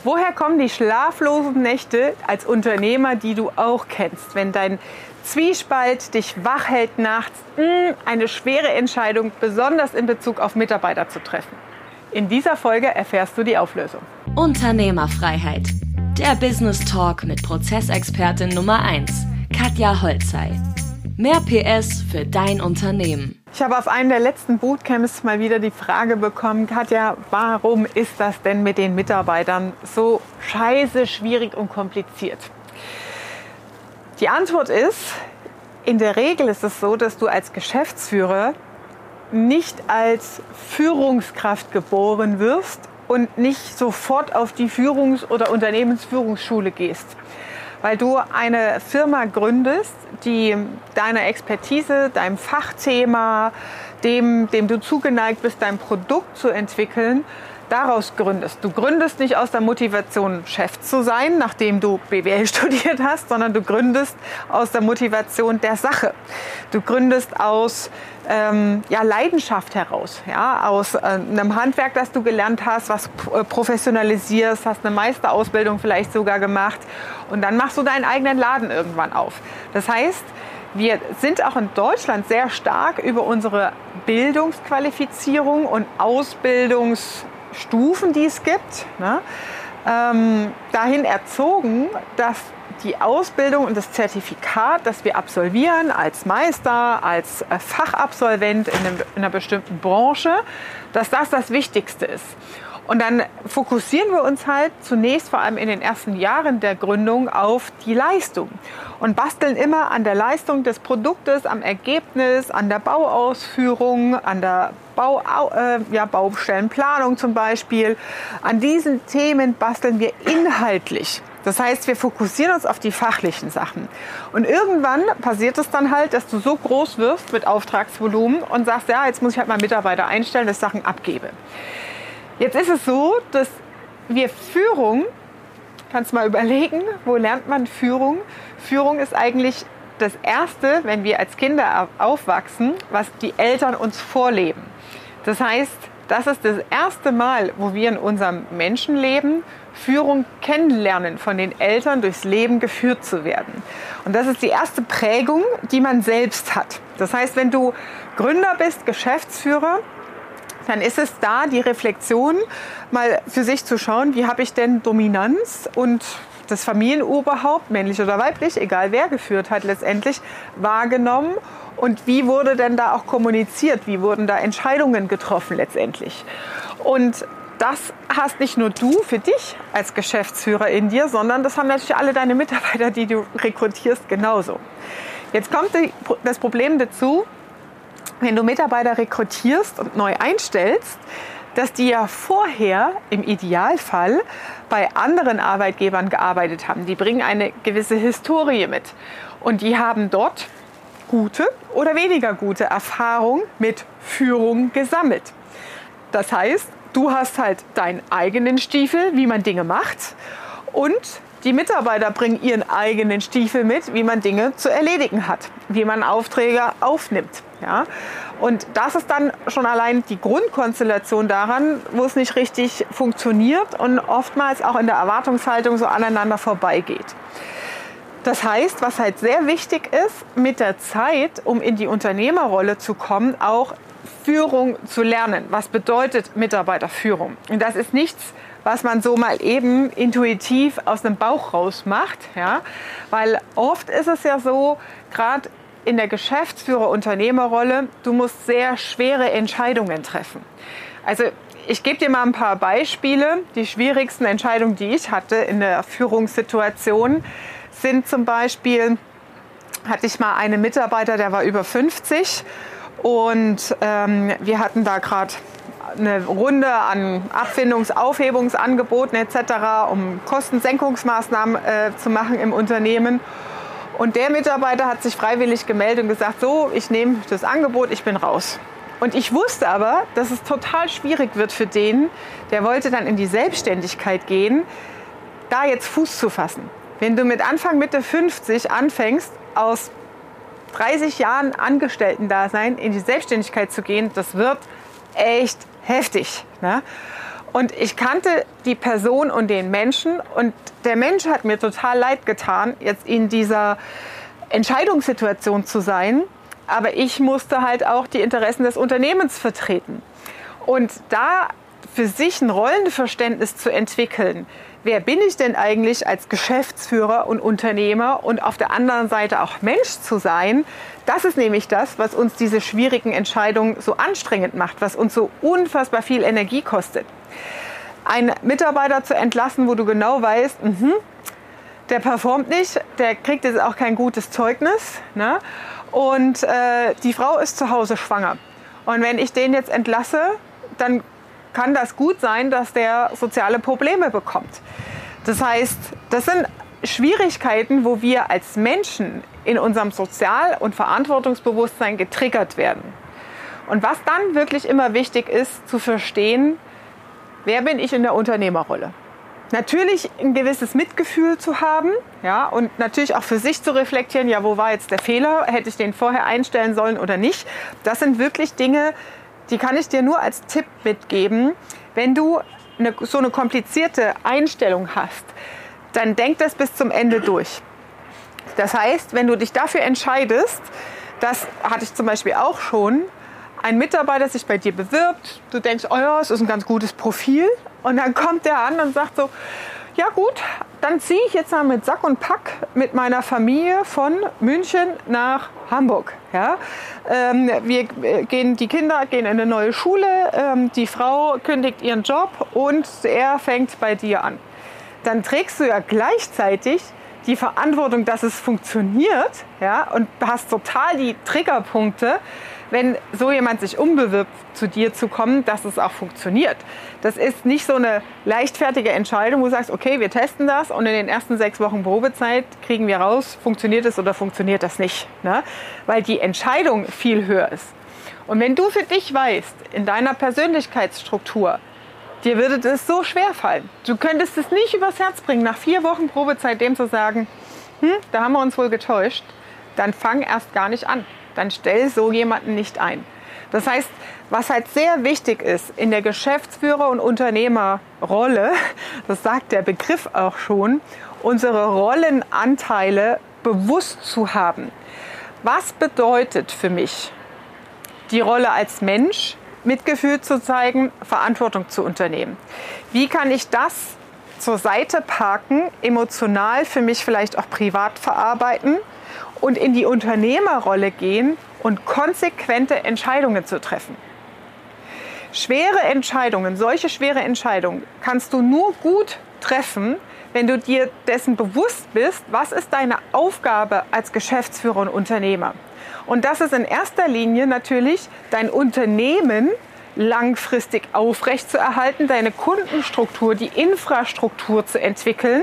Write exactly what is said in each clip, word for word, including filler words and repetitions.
Woher kommen die schlaflosen Nächte als Unternehmer, die du auch kennst, wenn dein Zwiespalt dich wach hält nachts, mh, eine schwere Entscheidung, besonders in Bezug auf Mitarbeiter zu treffen? In dieser Folge erfährst du die Auflösung. Unternehmerfreiheit. Der Business Talk mit Prozessexpertin Nummer eins, Katja Holzei. Mehr P S für dein Unternehmen. Ich habe auf einem der letzten Bootcamps mal wieder die Frage bekommen, Katja, warum ist das denn mit den Mitarbeitern so scheiße, schwierig und kompliziert? Die Antwort ist, in der Regel ist es so, dass du als Geschäftsführer nicht als Führungskraft geboren wirst und nicht sofort auf die Führungs- oder Unternehmensführungsschule gehst. Weil du eine Firma gründest, die deiner Expertise, deinem Fachthema, dem, dem du zugeneigt bist, dein Produkt zu entwickeln, daraus gründest. Du gründest nicht aus der Motivation, Chef zu sein, nachdem du B W L studiert hast, sondern du gründest aus der Motivation der Sache. Du gründest aus ähm, ja, Leidenschaft heraus, ja, aus äh, einem Handwerk, das du gelernt hast, was äh, professionalisierst, hast eine Meisterausbildung vielleicht sogar gemacht und dann machst du deinen eigenen Laden irgendwann auf. Das heißt, wir sind auch in Deutschland sehr stark über unsere Bildungsqualifizierung und Ausbildungsstufen, die es gibt, ne, ähm, dahin erzogen, dass die Ausbildung und das Zertifikat, das wir absolvieren als Meister, als Fachabsolvent in, einem, in einer bestimmten Branche, dass das das Wichtigste ist. Und dann fokussieren wir uns halt zunächst vor allem in den ersten Jahren der Gründung auf die Leistung und basteln immer an der Leistung des Produktes, am Ergebnis, an der Bauausführung, an der Bau, äh, ja, Baustellenplanung zum Beispiel. An diesen Themen basteln wir inhaltlich. Das heißt, wir fokussieren uns auf die fachlichen Sachen. Und irgendwann passiert es dann halt, dass du so groß wirst mit Auftragsvolumen und sagst, ja, jetzt muss ich halt mal Mitarbeiter einstellen, dass ich Sachen abgebe. Jetzt ist es so, dass wir Führung, kannst mal überlegen, wo lernt man Führung? Führung ist eigentlich das Erste, wenn wir als Kinder aufwachsen, was die Eltern uns vorleben. Das heißt, das ist das erste Mal, wo wir in unserem Menschenleben Führung kennenlernen, von den Eltern durchs Leben geführt zu werden. Und das ist die erste Prägung, die man selbst hat. Das heißt, wenn du Gründer bist, Geschäftsführer, dann ist es da die Reflexion, mal für sich zu schauen, wie habe ich denn Dominanz und das Familienoberhaupt, männlich oder weiblich, egal wer geführt hat letztendlich, wahrgenommen und wie wurde denn da auch kommuniziert, wie wurden da Entscheidungen getroffen letztendlich. Und das hast nicht nur du für dich als Geschäftsführer in dir, sondern das haben natürlich alle deine Mitarbeiter, die du rekrutierst, genauso. Jetzt kommt die, das Problem dazu, wenn du Mitarbeiter rekrutierst und neu einstellst, dass die ja vorher im Idealfall bei anderen Arbeitgebern gearbeitet haben. Die bringen eine gewisse Historie mit und die haben dort gute oder weniger gute Erfahrung mit Führung gesammelt. Das heißt, du hast halt deinen eigenen Stiefel, wie man Dinge macht, und die Mitarbeiter bringen ihren eigenen Stiefel mit, wie man Dinge zu erledigen hat, wie man Aufträge aufnimmt. Ja? Und das ist dann schon allein die Grundkonstellation daran, wo es nicht richtig funktioniert und oftmals auch in der Erwartungshaltung so aneinander vorbeigeht. Das heißt, was halt sehr wichtig ist, mit der Zeit, um in die Unternehmerrolle zu kommen, auch Führung zu lernen. Was bedeutet Mitarbeiterführung? Und das ist nichts, was man so mal eben intuitiv aus dem Bauch raus macht. Ja? Weil oft ist es ja so, gerade in der Geschäftsführer-Unternehmerrolle, du musst sehr schwere Entscheidungen treffen. Also ich gebe dir mal ein paar Beispiele. Die schwierigsten Entscheidungen, die ich hatte in der Führungssituation, sind zum Beispiel, hatte ich mal einen Mitarbeiter, der war über fünfzig und ähm, wir hatten da gerade eine Runde an Abfindungs-, Aufhebungsangeboten et cetera, um Kostensenkungsmaßnahmen äh, zu machen im Unternehmen. Und der Mitarbeiter hat sich freiwillig gemeldet und gesagt, so, ich nehme das Angebot, ich bin raus. Und ich wusste aber, dass es total schwierig wird für den, der wollte dann in die Selbstständigkeit gehen, da jetzt Fuß zu fassen. Wenn du mit Anfang, Mitte fünfzig anfängst, aus dreißig Jahren Angestellten-Dasein in die Selbstständigkeit zu gehen, das wird echt heftig. Ne? Und ich kannte die Person und den Menschen und der Mensch hat mir total leid getan, jetzt in dieser Entscheidungssituation zu sein. Aber ich musste halt auch die Interessen des Unternehmens vertreten. Und da für sich ein Rollenverständnis zu entwickeln, wer bin ich denn eigentlich als Geschäftsführer und Unternehmer und auf der anderen Seite auch Mensch zu sein, das ist nämlich das, was uns diese schwierigen Entscheidungen so anstrengend macht, was uns so unfassbar viel Energie kostet. Einen Mitarbeiter zu entlassen, wo du genau weißt, mh, der performt nicht, der kriegt jetzt auch kein gutes Zeugnis, ne? Und äh, die Frau ist zu Hause schwanger. Und wenn ich den jetzt entlasse, dann kann das gut sein, dass der soziale Probleme bekommt. Das heißt, das sind Schwierigkeiten, wo wir als Menschen in unserem Sozial- und Verantwortungsbewusstsein getriggert werden. Und was dann wirklich immer wichtig ist, zu verstehen, wer bin ich in der Unternehmerrolle? Natürlich ein gewisses Mitgefühl zu haben, ja, und natürlich auch für sich zu reflektieren, ja, wo war jetzt der Fehler? Hätte ich den vorher einstellen sollen oder nicht? Das sind wirklich Dinge, die kann ich dir nur als Tipp mitgeben. Wenn du eine, so eine komplizierte Einstellung hast, dann denk das bis zum Ende durch. Das heißt, wenn du dich dafür entscheidest, das hatte ich zum Beispiel auch schon, ein Mitarbeiter sich bei dir bewirbt, du denkst, oh ja, es ist ein ganz gutes Profil, und dann kommt der an und sagt so, ja gut, dann ziehe ich jetzt mal mit Sack und Pack mit meiner Familie von München nach Hamburg. Ja? Ähm, wir gehen, die Kinder gehen in eine neue Schule, ähm, die Frau kündigt ihren Job und er fängt bei dir an. Dann trägst du ja gleichzeitig die Verantwortung, dass es funktioniert, ja, und hast total die Triggerpunkte, wenn so jemand sich umbewirbt, zu dir zu kommen, dass es auch funktioniert. Das ist nicht so eine leichtfertige Entscheidung, wo du sagst, okay, wir testen das und in den ersten sechs Wochen Probezeit kriegen wir raus, funktioniert es oder funktioniert das nicht, ne? Weil die Entscheidung viel höher ist. Und wenn du für dich weißt, in deiner Persönlichkeitsstruktur, dir würde das so schwer fallen. Du könntest es nicht übers Herz bringen, nach vier Wochen Probezeit dem zu sagen, hm, da haben wir uns wohl getäuscht, dann fang erst gar nicht an. Dann stell so jemanden nicht ein. Das heißt, was halt sehr wichtig ist in der Geschäftsführer- und Unternehmerrolle, das sagt der Begriff auch schon, unsere Rollenanteile bewusst zu haben. Was bedeutet für mich die Rolle als Mensch, Mitgefühl zu zeigen, Verantwortung zu unternehmen? Wie kann ich das zur Seite parken, emotional für mich vielleicht auch privat verarbeiten und in die Unternehmerrolle gehen und konsequente Entscheidungen zu treffen? Schwere Entscheidungen, solche schwere Entscheidungen kannst du nur gut treffen, wenn du dir dessen bewusst bist, was ist deine Aufgabe als Geschäftsführer und Unternehmer. Und das ist in erster Linie natürlich, dein Unternehmen langfristig aufrechtzuerhalten, deine Kundenstruktur, die Infrastruktur zu entwickeln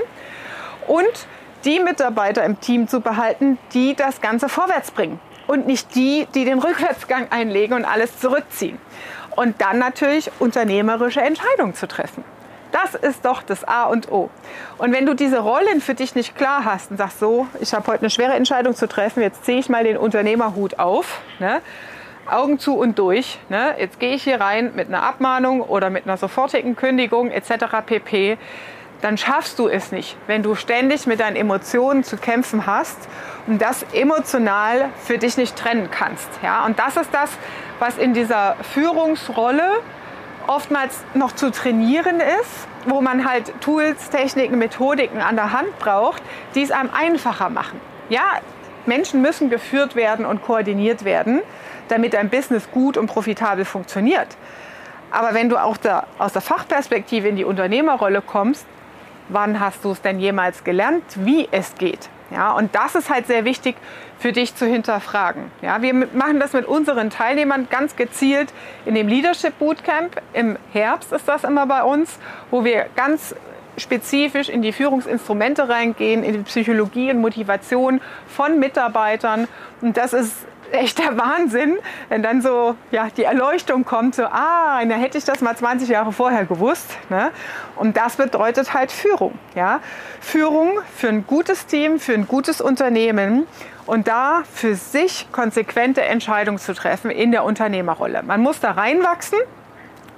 und die Mitarbeiter im Team zu behalten, die das Ganze vorwärts bringen und nicht die, die den Rückwärtsgang einlegen und alles zurückziehen. Und dann natürlich unternehmerische Entscheidungen zu treffen. Das ist doch das A und O. Und wenn du diese Rollen für dich nicht klar hast und sagst, so, ich habe heute eine schwere Entscheidung zu treffen, jetzt ziehe ich mal den Unternehmerhut auf, ne? Augen zu und durch, ne? Jetzt gehe ich hier rein mit einer Abmahnung oder mit einer sofortigen Kündigung et cetera pp., dann schaffst du es nicht, wenn du ständig mit deinen Emotionen zu kämpfen hast und das emotional für dich nicht trennen kannst. Ja? Und das ist das, was in dieser Führungsrolle oftmals noch zu trainieren ist, wo man halt Tools, Techniken, Methodiken an der Hand braucht, die es einem einfacher machen. Ja, Menschen müssen geführt werden und koordiniert werden, damit ein Business gut und profitabel funktioniert. Aber wenn du auch da, aus der Fachperspektive in die Unternehmerrolle kommst, wann hast du es denn jemals gelernt, wie es geht? Ja, und das ist halt sehr wichtig für dich zu hinterfragen. Ja, wir machen das mit unseren Teilnehmern ganz gezielt in dem Leadership Bootcamp. Im Herbst ist das immer bei uns, wo wir ganz spezifisch in die Führungsinstrumente reingehen, in die Psychologie und Motivation von Mitarbeitern. Und das ist echt der Wahnsinn, wenn dann so ja, die Erleuchtung kommt, so, ah, da hätte ich das mal zwanzig Jahre vorher gewusst. Ne? Und das bedeutet halt Führung. Ja? Führung für ein gutes Team, für ein gutes Unternehmen und da für sich konsequente Entscheidungen zu treffen in der Unternehmerrolle. Man muss da reinwachsen.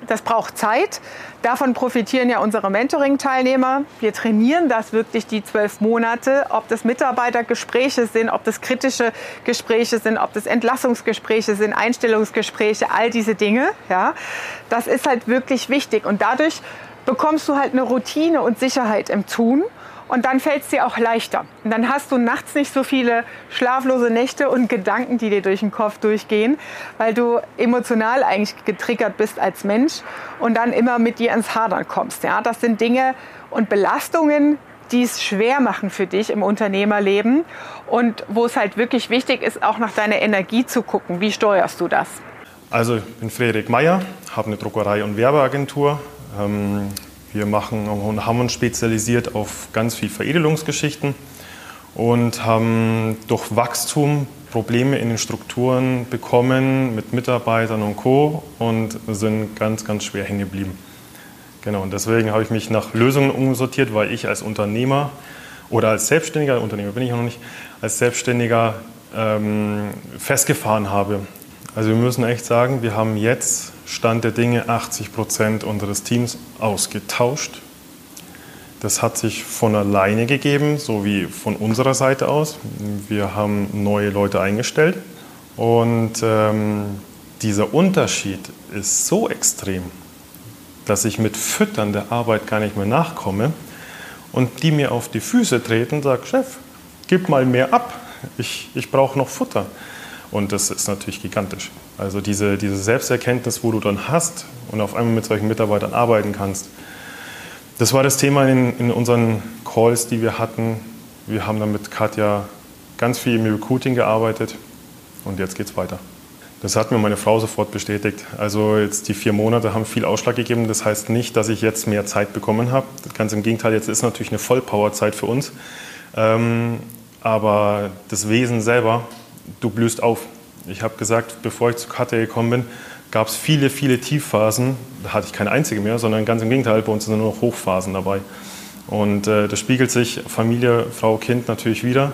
Das braucht Zeit. Davon profitieren ja unsere Mentoring-Teilnehmer. Wir trainieren das wirklich die zwölf Monate, ob das Mitarbeitergespräche sind, ob das kritische Gespräche sind, ob das Entlassungsgespräche sind, Einstellungsgespräche, all diese Dinge. Ja, das ist halt wirklich wichtig. Und dadurch bekommst du halt eine Routine und Sicherheit im Tun. Und dann fällt es dir auch leichter. Und dann hast du nachts nicht so viele schlaflose Nächte und Gedanken, die dir durch den Kopf durchgehen, weil du emotional eigentlich getriggert bist als Mensch und dann immer mit dir ins Hadern kommst. Ja, das sind Dinge und Belastungen, die es schwer machen für dich im Unternehmerleben und wo es halt wirklich wichtig ist, auch nach deiner Energie zu gucken. Wie steuerst du das? Also ich bin Frederik Meyer, habe eine Druckerei- und Werbeagentur. Ähm Wir machen und haben uns spezialisiert auf ganz viel Veredelungsgeschichten und haben durch Wachstum Probleme in den Strukturen bekommen mit Mitarbeitern und Co. und sind ganz, ganz schwer hängen geblieben. Genau, und deswegen habe ich mich nach Lösungen umsortiert, weil ich als Unternehmer oder als Selbstständiger, Unternehmer bin ich ja noch nicht, als Selbstständiger ähm, festgefahren habe. Also wir müssen echt sagen, wir haben jetzt Stand der Dinge achtzig Prozent unseres Teams ausgetauscht. Das hat sich von alleine gegeben, so wie von unserer Seite aus. Wir haben neue Leute eingestellt und ähm, dieser Unterschied ist so extrem, dass ich mit Füttern der Arbeit gar nicht mehr nachkomme und die mir auf die Füße treten und sagen, Chef, gib mal mehr ab, ich, ich brauche noch Futter. Und das ist natürlich gigantisch. Also diese, diese Selbsterkenntnis, wo du dann hast und auf einmal mit solchen Mitarbeitern arbeiten kannst. Das war das Thema in, in unseren Calls, die wir hatten. Wir haben dann mit Katja ganz viel im Recruiting gearbeitet und jetzt geht's weiter. Das hat mir meine Frau sofort bestätigt. Also jetzt die vier Monate haben viel Ausschlag gegeben. Das heißt nicht, dass ich jetzt mehr Zeit bekommen habe. Ganz im Gegenteil, jetzt ist natürlich eine Vollpowerzeit für uns. Ähm, aber das Wesen selber, du blühst auf. Ich habe gesagt, bevor ich zu Katja gekommen bin, gab es viele, viele Tiefphasen. Da hatte ich keine einzige mehr, sondern ganz im Gegenteil, bei uns sind nur noch Hochphasen dabei. Und äh, das spiegelt sich Familie, Frau, Kind natürlich wieder.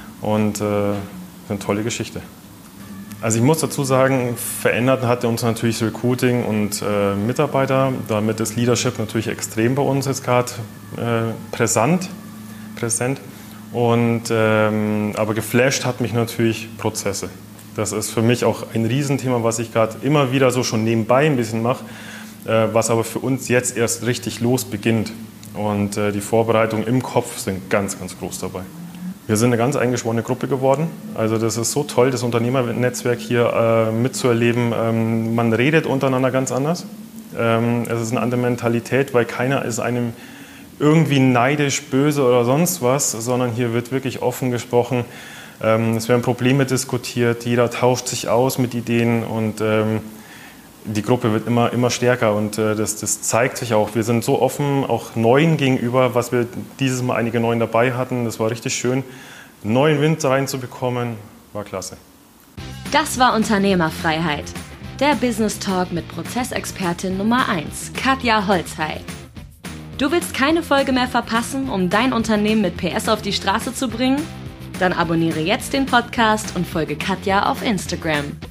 Und äh, eine tolle Geschichte. Also ich muss dazu sagen, verändert hat uns natürlich das Recruiting und äh, Mitarbeiter. Damit ist Leadership natürlich extrem bei uns jetzt gerade äh, präsent, präsent. Und, ähm, aber geflasht hat mich natürlich Prozesse. Das ist für mich auch ein Riesenthema, was ich gerade immer wieder so schon nebenbei ein bisschen mache, äh, was aber für uns jetzt erst richtig los beginnt. Und äh, die Vorbereitungen im Kopf sind ganz, ganz groß dabei. Wir sind eine ganz eingeschworene Gruppe geworden. Also das ist so toll, das Unternehmernetzwerk hier äh, mitzuerleben. Ähm, man redet untereinander ganz anders. Ähm, es ist eine andere Mentalität, weil keiner ist einem irgendwie neidisch, böse oder sonst was, sondern hier wird wirklich offen gesprochen. Ähm, es werden Probleme diskutiert, jeder tauscht sich aus mit Ideen und ähm, die Gruppe wird immer, immer stärker und äh, das, das zeigt sich auch. Wir sind so offen, auch Neuen gegenüber, was wir dieses Mal einige Neuen dabei hatten. Das war richtig schön. Neuen Wind reinzubekommen, war klasse. Das war Unternehmerfreiheit. Der Business Talk mit Prozessexpertin Nummer eins, Katja Holzhey. Du willst keine Folge mehr verpassen, um dein Unternehmen mit P S auf die Straße zu bringen? Dann abonniere jetzt den Podcast und folge Katja auf Instagram.